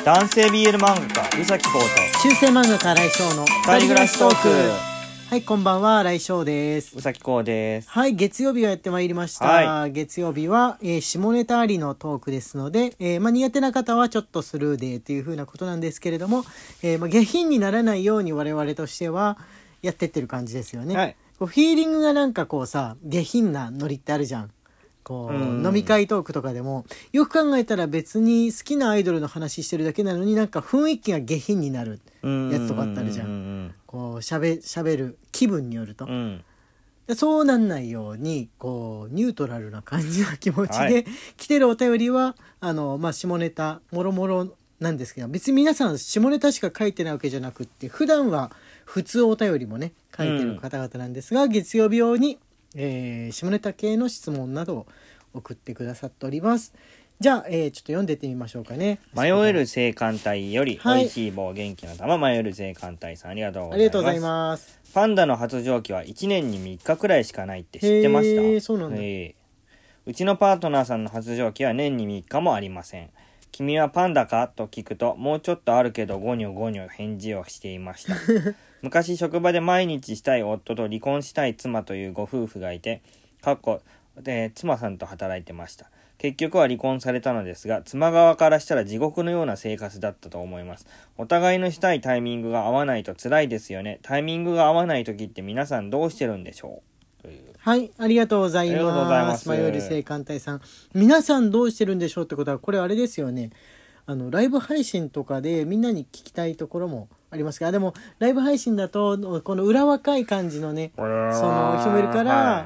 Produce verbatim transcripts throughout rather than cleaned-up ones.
男性 ビーエル 漫画家宇崎浩と中世漫画家新井翔の二人暮らしトーク。 はい、こんばんは、新井翔です。 宇崎浩です。 はい、月曜日がやってまいりました。はい、月曜日は、えー、下ネタありのトークですので、えーまあ、苦手な方はちょっとスルーでというふうなことなんですけれども、えーまあ、下品にならないように我々としてはやってってる感じですよね。はい、こうフィーリングがなんかこうさ、下品なノリってあるじゃん。こう飲み会トークとかでもよく考えたら別に好きなアイドルの話してるだけなのになんか雰囲気が下品になるやつとかってあるじゃん。こうしゃべ、しゃべる気分によると、うん、そうなんないようにこうニュートラルな感じの気持ちで、はい、来てるお便りはあの、まあ、下ネタもろもろなんですけど、別に皆さん下ネタしか書いてないわけじゃなくって普段は普通お便りもね書いてる方々なんですが、うん、月曜日用にえー、下ネタ系の質問などを送ってくださっております。じゃあ、えー、ちょっと読んでってみましょうかね。 迷える青函隊より、はい、おいしい棒元気の玉迷える青函隊さん、ありがとうございます。 ありがとうございます。 パンダの発情期はいちねんにみっかくらいしかないって知ってました？ へー、そうなんだ。 へー。うちのパートナーさんの発情期は年にみっかもありません。君はパンダかと聞くと、もうちょっとあるけどゴニョゴニョ返事をしていました。昔職場で毎日したい夫と離婚したい妻というご夫婦がいて、かっこで妻さんと働いてました。結局は離婚されたのですが、妻側からしたら地獄のような生活だったと思います。お互いのしたいタイミングが合わないと辛いですよね。タイミングが合わない時って皆さんどうしてるんでしょう？ はい、ありがとうございます。迷える青函隊さん、皆さんどうしてるんでしょうってことは、これあれですよね。あのライブ配信とかでみんなに聞きたいところもありますが、でもライブ配信だとこの裏若い感じのね、その人もいるから、はい、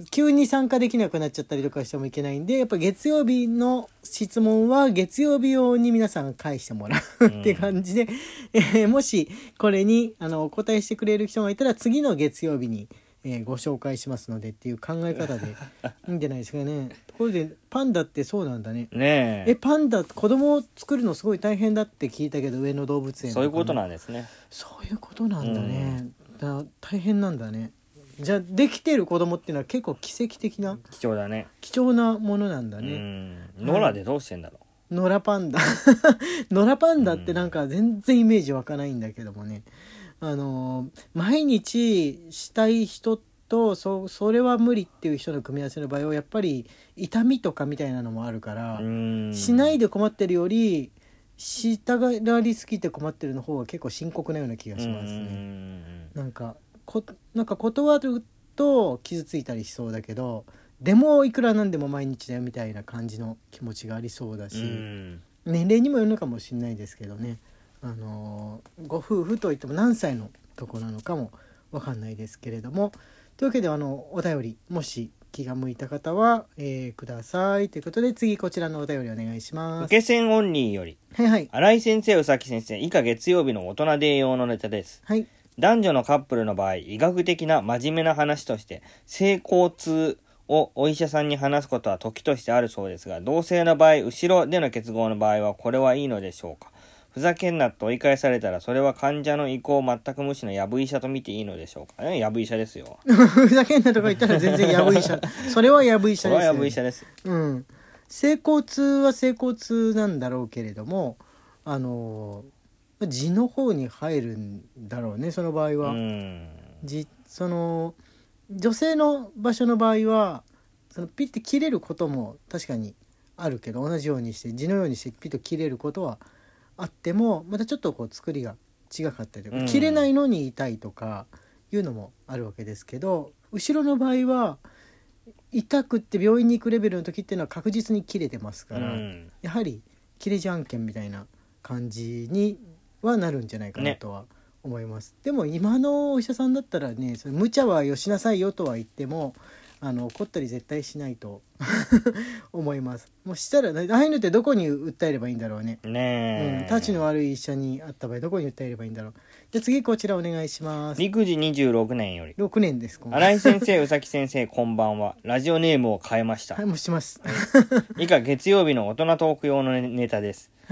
急に参加できなくなっちゃったりとかしてもいけないんで、やっぱ月曜日の質問は月曜日用に皆さん返してもらうって感じで、うん、えー、もしこれにあのお答えしてくれる人がいたら次の月曜日にえー、ご紹介しますのでっていう考え方でいいんじゃないですかね。ところでパンダってそうなんだね。ねえ、えパンダ子供を作るのすごい大変だって聞いたけど、上野動物園とか、ね、 そういうことなんですね。 そういうことなんだね、うん、だ大変なんだね。じゃあできてる子供っていうのは結構奇跡的な貴重だね。 貴重なものなんだね。 うん、野良でどうしてんだろう。野良パンダ野良パンダってなんか全然イメージ湧かないんだけどもね、あの毎日したい人と そ, それは無理っていう人の組み合わせの場合はやっぱり痛みとかみたいなのもあるから、しないで困ってるよりしたがりすぎて困ってるの方が結構深刻なような気がしますね。なんかこなんか断ると傷ついたりしそうだけど、でもいくらなんでも毎日だよみたいな感じの気持ちがありそうだし、年齢にもよるのかもしれないですけどね。あのご夫婦といっても何歳のとこなのかも分かんないですけれども、というわけであのお便りもし気が向いた方は、えー、くださいということで、次こちらのお便りお願いします。 受け線オンリーより、はいはい、新井先生、宇崎先生以下月曜日の大人デー用のネタです。はい、男女のカップルの場合、医学的な真面目な話として性交痛をお医者さんに話すことは時としてあるそうですが、同性の場合、後ろでの結合の場合はこれはいいのでしょうか？ふざけんなと追い返されたら、それは患者の意向を全く無視のやぶ医者と見ていいのでしょうかね。やぶ医者ですよ。 ふざけんなとか言ったら全然やぶ医者。それはやぶ医者です、ね。それはやぶ医者です。うん。性交痛は性交痛なんだろうけれども、あの痔の方に入るんだろうね。その場合は。うん。痔その女性の場所の場合は、そのピッて切れることも確かにあるけど、同じようにして痔のようにしてピッと切れることはあっても、またちょっとこう作りが違かったりとか、うん、切れないのに痛いとかいうのもあるわけですけど、後ろの場合は痛くって病院に行くレベルの時っていうのは確実に切れてますから、うん、やはり切れじゃんけんみたいな感じにはなるんじゃないかなとは思います、ね、でも今のお医者さんだったらね、それ無茶はよしなさいよとは言っても、あの怒ったり絶対しないと思います。もうしたらああいうのってどこに訴えればいいんだろうね。ねえ、うん、タチの悪い医者に会った場合どこに訴えればいいんだろう。じゃあ次こちらお願いします。 陸次にじゅうろくねんより。 ろくねんです。 新井先生、宇崎先生、こんばんは。ラジオネームを変えました。 はい、もうします。 以下月曜日の大人トーク用のネタです。はい。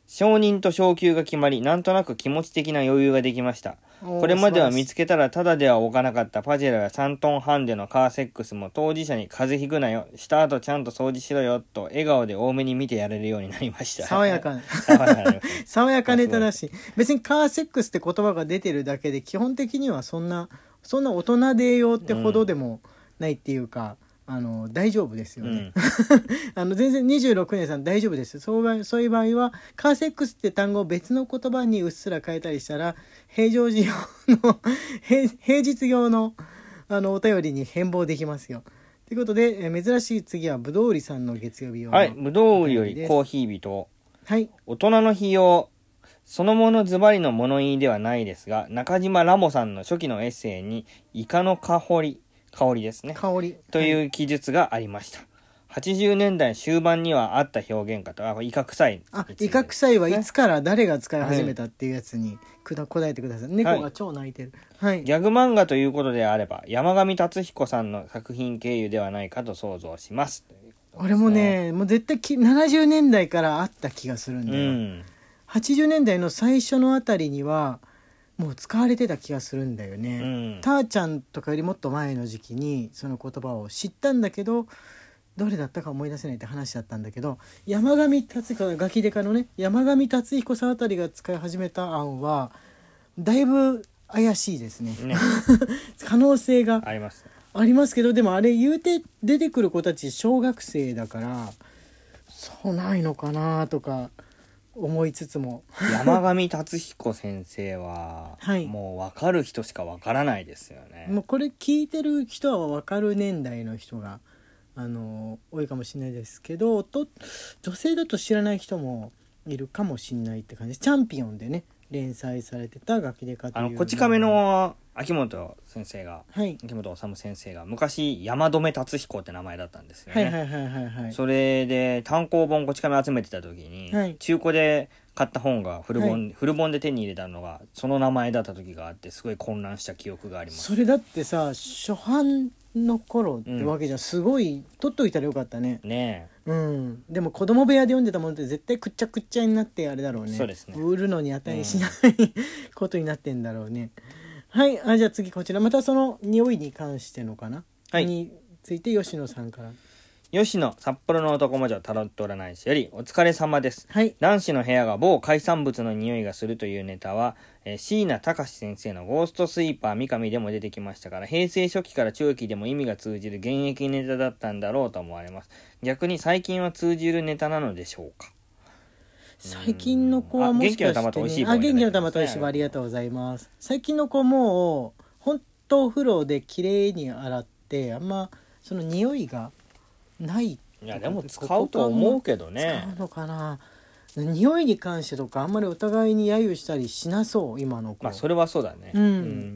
承認と昇給が決まり、なんとなく気持ち的な余裕ができました。これまでは見つけたらただでは置かなかったパジェロやさんトンハンデのカーセックスも当事者に風邪ひくなよ、した後ちゃんと掃除しろよと笑顔で多めに見てやれるようになりました。 爽やか爽やかネタだし、別にカーセックスって言葉が出てるだけで基本的にはそんなそんな大人でよってほどでもないっていうか、うん、あの大丈夫ですよね、うん、あの全然にじゅうろくねんさん大丈夫です。そうそういう場合はカーセックスって単語を別の言葉にうっすら変えたりしたら平常時用の平, 平日用 の, あのお便りに変貌できますよ。ということで、え珍しい次はぶどう売りさんの月曜日用の、 はい、ぶどう売りよりコーヒー人、 はい、 大人の日用そのものズバリの物言いではないですが、中島ラモさんの初期のエッセイにイカの香り香りですね香りという記述がありました、はい、はちじゅうねんだい終盤にはあった表現かと、あ、イカ臭い、 あ、イカ臭いはいつから誰が使い始めたっていうやつに答えてください。猫が超泣いてる、はいはい、 ギャグ漫画ということであれば山上達彦さんの作品経由ではないかと想像します。 俺もね、もう絶対きななじゅうねんだいからあった気がするんだよ、うん、はちじゅうねんだいの最初のあたりにはもう使われてた気がするんだよね、うん、ターちゃんとかよりもっと前の時期にその言葉を知ったんだけどどれだったか思い出せないって話だったんだけど、山上達彦ガキデカのね山上達彦さんあたりが使い始めた案はだいぶ怪しいです ね, ね可能性があります、 ありますけど、でもあれ言うて出てくる子たち小学生だからそうないのかなとか思いつつも山上達彦先生は、はい、もう分かる人しか分からないですよね。 もうこれ聞いてる人は分かる年代の人があの多いかもしれないですけど、と女性だと知らない人もいるかもしれないって感じです。チャンピオンでね連載されてたガキデカというあのこち亀の秋元先生が、 はい、 秋元治先生が昔山留達彦って名前だったんですよね。 はいはいはいはいはい。 それで単行本こち亀集めてた時に、はい、中古で買った本がフル本、はい、フル本で手に入れたのがその名前だった時があってすごい混乱した記憶があります。 それだってさ初版の頃ってわけじゃ、うん、すごい取っといたらよかったね。 ねえ、うん、でも子供部屋で読んでたものって絶対くっちゃくっちゃになってあれだろうね。 そうですね。 売るのに値しない、うん、ことになってんだろうね。はい、あ、じゃあ次こちらまたその匂いに関してのかな、はい、について吉野さんから。 吉野札幌の男魔女タロット占い師よりお疲れ様です、 はい、 男子の部屋が某海産物の匂いがするというネタは、えー、椎名隆先生のゴーストスイーパー三上でも出てきましたから、平成初期から中期でも意味が通じる現役ネタだったんだろうと思われます。逆に最近は通じるネタなのでしょうか。 最近の子はもしかして、ね、元気の玉と美味しい棒、あ、元気の玉と美味しい棒ありがとうございます。最近の子も本当お風呂で綺麗に洗ってあんまその匂いがない。 いやでも使うと思うけどね。 使うのかな。匂いに関してとかあんまりお互いに揶揄したりしなそう今の子。 まあそれはそうだね、 うんうん、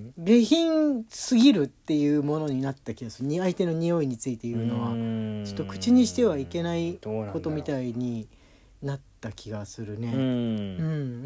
下品すぎるっていうものになった気がする。相手の匂いについて言うのはちょっと口にしてはいけないことみたいになった気がするね。うん、うん、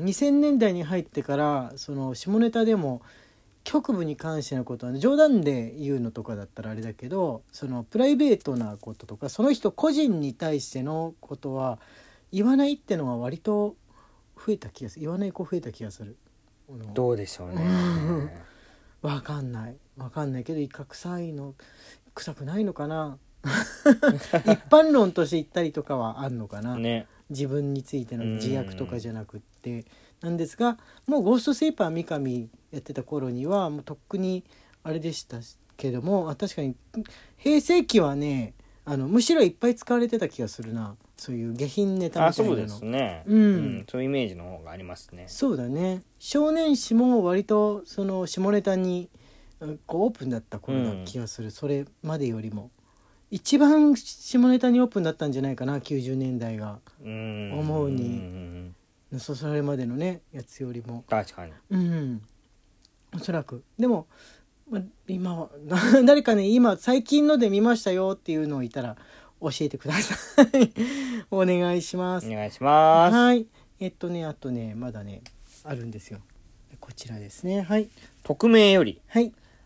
にせんねんだいに入ってからその下ネタでも局部に関してのことは、ね、冗談で言うのとかだったらあれだけどそのプライベートなこととかその人個人に対してのことは言わないってのは割と増えた気がする。言わない子増えた気がする。 どうでしょうね。 わかんないわかんないけどイカ臭いの臭くないのかな一般論として言ったりとかはあるのかな、ね、自分についての自虐とかじゃなくってなんですが、もうゴーストセーパー三上やってた頃にはもうとっくにあれでしたけども、確かに平成期はねあのむしろいっぱい使われてた気がするな。そういう下品ネタみたいなの。あ、そうですね、うんうん、 そういうイメージの方がありますね。 そうだね。少年誌も割とその下ネタにこうオープンだった頃な気がする、うん、それまでよりも一番下ネタにオープンだったんじゃないかなきゅうじゅうねんだいが思うに、そそれまでのねやつよりも。 確かに、 うん、おそらく。でも、ま、今は誰かね今最近ので見ましたよっていうのをいたら教えてくださいお願いします。 お願いします。 はい、えっとねあとねまだねあるんですよ。こちらですね。はい、 匿名より、 はい、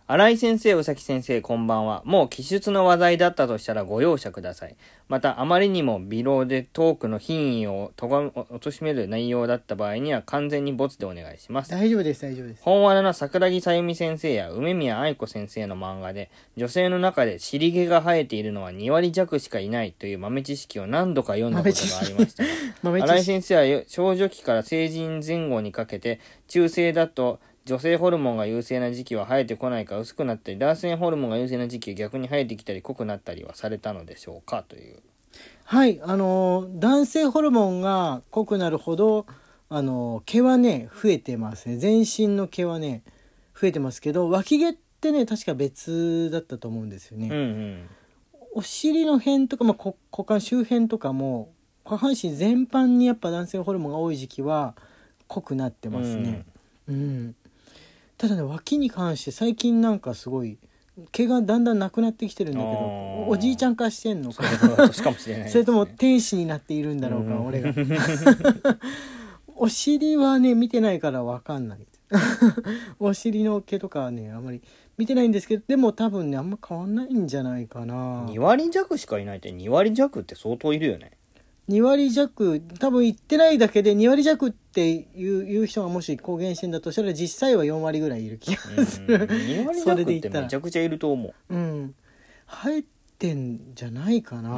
新井先生、宇崎先生、こんばんは。もう記述の話題だったとしたらご容赦ください。また、あまりにも微量でトークの品位をとが貶める内容だった場合には完全にボツでお願いします。 大丈夫です、大丈夫です。 本話の桜木さゆみ先生や梅宮愛子先生の漫画で、女性の中で尻毛が生えているのはに割弱しかいないという豆知識を何度か読んだことがありましたが、新井先生は少女期から成人前後にかけて、中性だと、女性ホルモンが優勢な時期は生えてこないか薄くなったり、男性ホルモンが優勢な時期は逆に生えてきたり濃くなったりはされたのでしょうかという。 はい、あのー、男性ホルモンが濃くなるほど、あのー、毛はね増えてますね。全身の毛はね増えてますけど、脇毛ってね確か別だったと思うんですよね。 うんうん、 お尻の辺とか、まあ、股股間周辺とかも下半身全般にやっぱ男性ホルモンが多い時期は濃くなってますね。うん、うんただね、脇に関して最近なんかすごい毛がだんだんなくなってきてるんだけど、おじいちゃん化してんのか年かもしれないですね、 それとも天使になっているんだろうか、俺がお尻はね見てないから分かんないお尻の毛とかはねあんまり見てないんですけど、でも多分ねあんま変わんないんじゃないかな。 に割弱しかいないってに割弱って相当いるよね。 に割弱、多分言ってないだけでに割弱っていういう人がもし公言してんだとしたら実際はよん割ぐらいいる気がする。 に割弱ってめちゃくちゃいると思う。 うん、生えてんじゃないかな、 うん、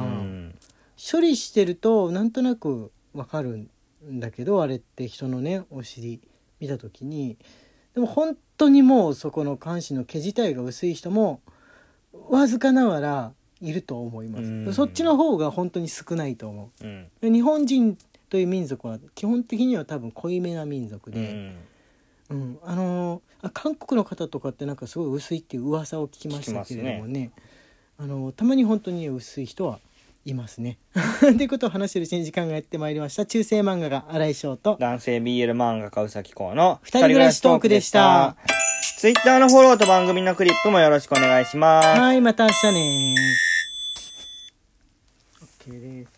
処理してるとなんとなくわかるんだけど、あれって人のねお尻見た時に、でも本当にもうそこの下半身の毛自体が薄い人もわずかながらいると思います、うん、そっちの方が本当に少ないと思う、うん、日本人という民族は基本的には多分濃いめな民族で、うんうん、あのー、韓国の方とかってなんかすごい薄いっていう噂を聞きましたけれども ね, ねあのー、たまに本当に薄い人はいますねということを話しているうちに時間がやってまいりました。中世漫画が新井翔と男性 ビーエル 漫画家宇崎公の二人暮らしトークでした。 ツイッターのフォローと番組のクリップもよろしくお願いします。 はい、また明日ね。 OK です。